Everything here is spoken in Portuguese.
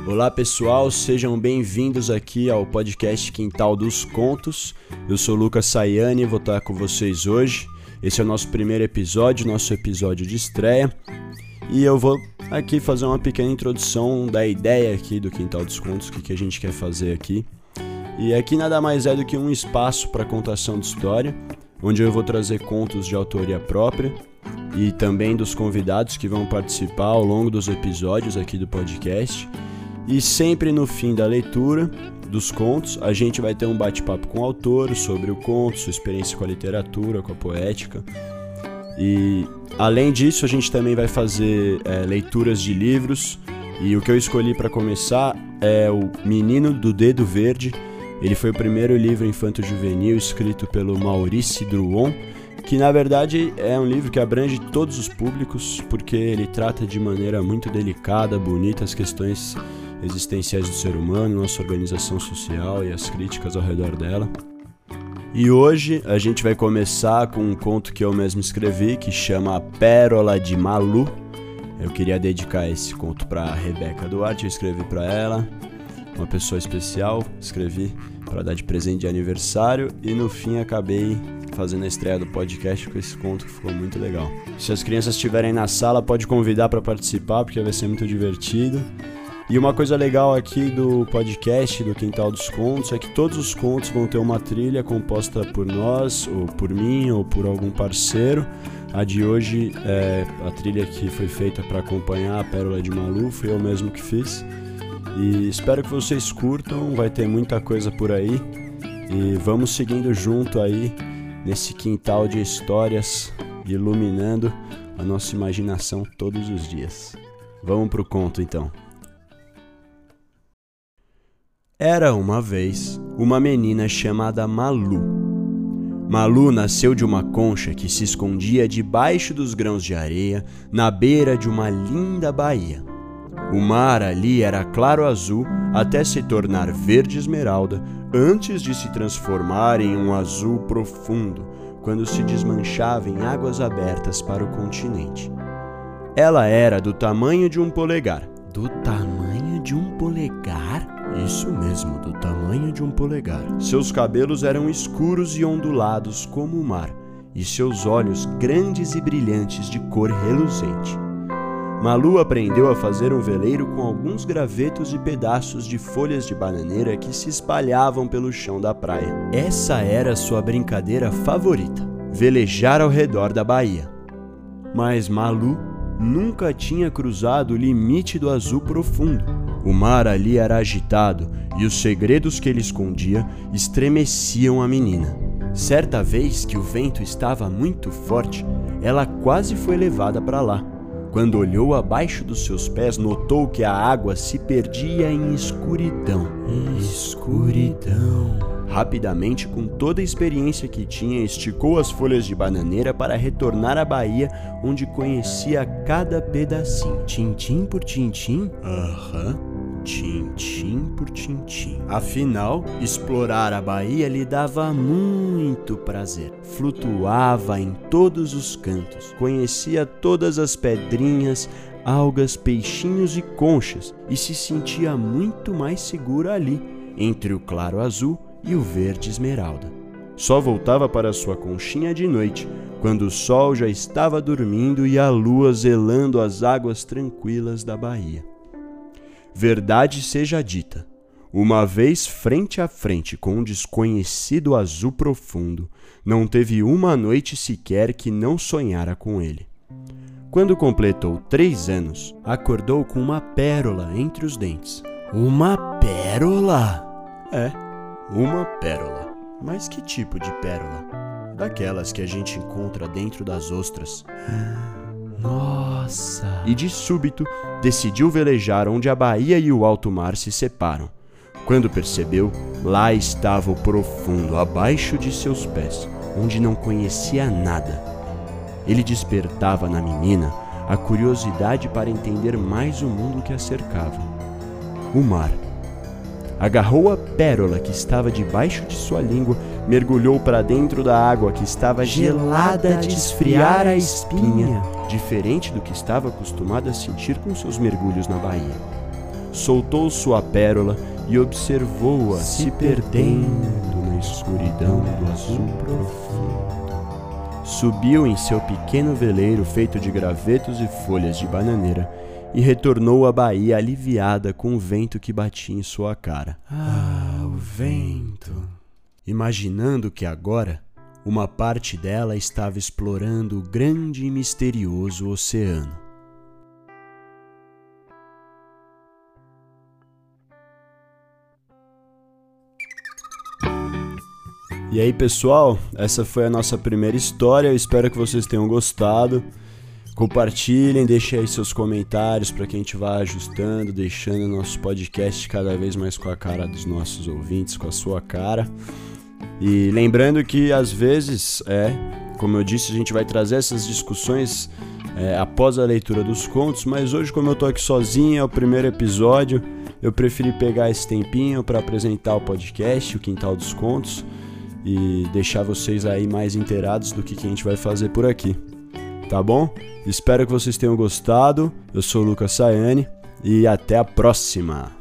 Olá pessoal, sejam bem-vindos aqui ao podcast Quintal dos Contos. Eu sou Lucas Sayani e vou estar com vocês hoje. Esse é o nosso primeiro episódio, nosso episódio de estreia. E eu vou aqui fazer uma pequena introdução da ideia aqui do Quintal dos Contos, o que a gente quer fazer aqui. E aqui nada mais é do que um espaço para contação de história, onde eu vou trazer contos de autoria própria e também dos convidados que vão participar ao longo dos episódios aqui do podcast. E sempre no fim da leitura dos contos, a gente vai ter um bate-papo com o autor sobre o conto, sua experiência com a literatura, com a poética. E além disso, a gente também vai fazer leituras de livros. E o que eu escolhi para começar é O Menino do Dedo Verde. Ele foi o primeiro livro infanto-juvenil escrito pelo Maurice Druon, que na verdade é um livro que abrange todos os públicos, porque ele trata de maneira muito delicada, bonita, as questões existenciais do ser humano, nossa organização social e as críticas ao redor dela. E hoje a gente vai começar com um conto que eu mesmo escrevi, que chama A Pérola de Malu. Eu queria dedicar esse conto para Rebeca Duarte, eu escrevi para ela, uma pessoa especial, escrevi para dar de presente de aniversário e no fim acabei fazendo a estreia do podcast com esse conto que ficou muito legal. Se as crianças estiverem na sala, pode convidar para participar, porque vai ser muito divertido. E uma coisa legal aqui do podcast, do Quintal dos Contos, é que todos os contos vão ter uma trilha composta por nós, ou por mim, ou por algum parceiro. A de hoje, a trilha que foi feita para acompanhar A Pérola de Malu, foi eu mesmo que fiz. E espero que vocês curtam, vai ter muita coisa por aí. E vamos seguindo junto aí, nesse quintal de histórias, iluminando a nossa imaginação todos os dias. Vamos pro conto então. Era uma vez uma menina chamada Malu. Malu nasceu de uma concha que se escondia debaixo dos grãos de areia na beira de uma linda baía. O mar ali era claro azul até se tornar verde esmeralda antes de se transformar em um azul profundo quando se desmanchava em águas abertas para o continente. Ela era do tamanho de um polegar. Do tamanho de um polegar? Isso mesmo, do tamanho de um polegar. Seus cabelos eram escuros e ondulados como o mar, e seus olhos grandes e brilhantes de cor reluzente. Malu aprendeu a fazer um veleiro com alguns gravetos e pedaços de folhas de bananeira que se espalhavam pelo chão da praia. Essa era sua brincadeira favorita, velejar ao redor da baía. Mas Malu nunca tinha cruzado o limite do azul profundo. O mar ali era agitado e os segredos que ele escondia estremeciam a menina. Certa vez que o vento estava muito forte, ela quase foi levada para lá. Quando olhou abaixo dos seus pés, notou que a água se perdia em escuridão. Escuridão. Rapidamente, com toda a experiência que tinha, esticou as folhas de bananeira para retornar à baía, onde conhecia cada pedacinho. Tintim por tintim? Tintim por tintim. Afinal, explorar a baía lhe dava muito prazer. Flutuava em todos os cantos, conhecia todas as pedrinhas, algas, peixinhos e conchas e se sentia muito mais segura ali, entre o claro azul e o verde esmeralda. Só voltava para sua conchinha de noite, quando o sol já estava dormindo e a lua zelando as águas tranquilas da baía. Verdade seja dita, uma vez frente a frente com um desconhecido azul profundo, não teve uma noite sequer que não sonhara com ele. Quando completou 3 anos, acordou com uma pérola entre os dentes. Uma pérola? Uma pérola. Mas que tipo de pérola? Daquelas que a gente encontra dentro das ostras. Nossa! E de súbito, decidiu velejar onde a baía e o alto mar se separam. Quando percebeu, lá estava o profundo, abaixo de seus pés, onde não conhecia nada. Ele despertava na menina a curiosidade para entender mais o mundo que a cercava. O mar. Agarrou a pérola que estava debaixo de sua língua, mergulhou para dentro da água que estava gelada de esfriar a espinha, diferente do que estava acostumado a sentir com seus mergulhos na baía. soltou sua pérola e observou-a se perdendo na escuridão do azul profundo. Subiu em seu pequeno veleiro feito de gravetos e folhas de bananeira e retornou à baía aliviada com o vento que batia em sua cara. Ah, o vento! Imaginando que agora uma parte dela estava explorando o grande e misterioso oceano. E aí, pessoal, essa foi a nossa primeira história. Eu espero que vocês tenham gostado. Compartilhem, deixem aí seus comentários para que a gente vá ajustando, deixando o nosso podcast cada vez mais com a cara dos nossos ouvintes, com a sua cara. E lembrando que às vezes, como eu disse, a gente vai trazer essas discussões após a leitura dos contos, mas hoje, como eu tô aqui sozinho, é o primeiro episódio, eu preferi pegar esse tempinho para apresentar o podcast, o Quintal dos Contos, e deixar vocês aí mais inteirados do que a gente vai fazer por aqui, tá bom? Espero que vocês tenham gostado. Eu sou o Lucas Sayani e até a próxima!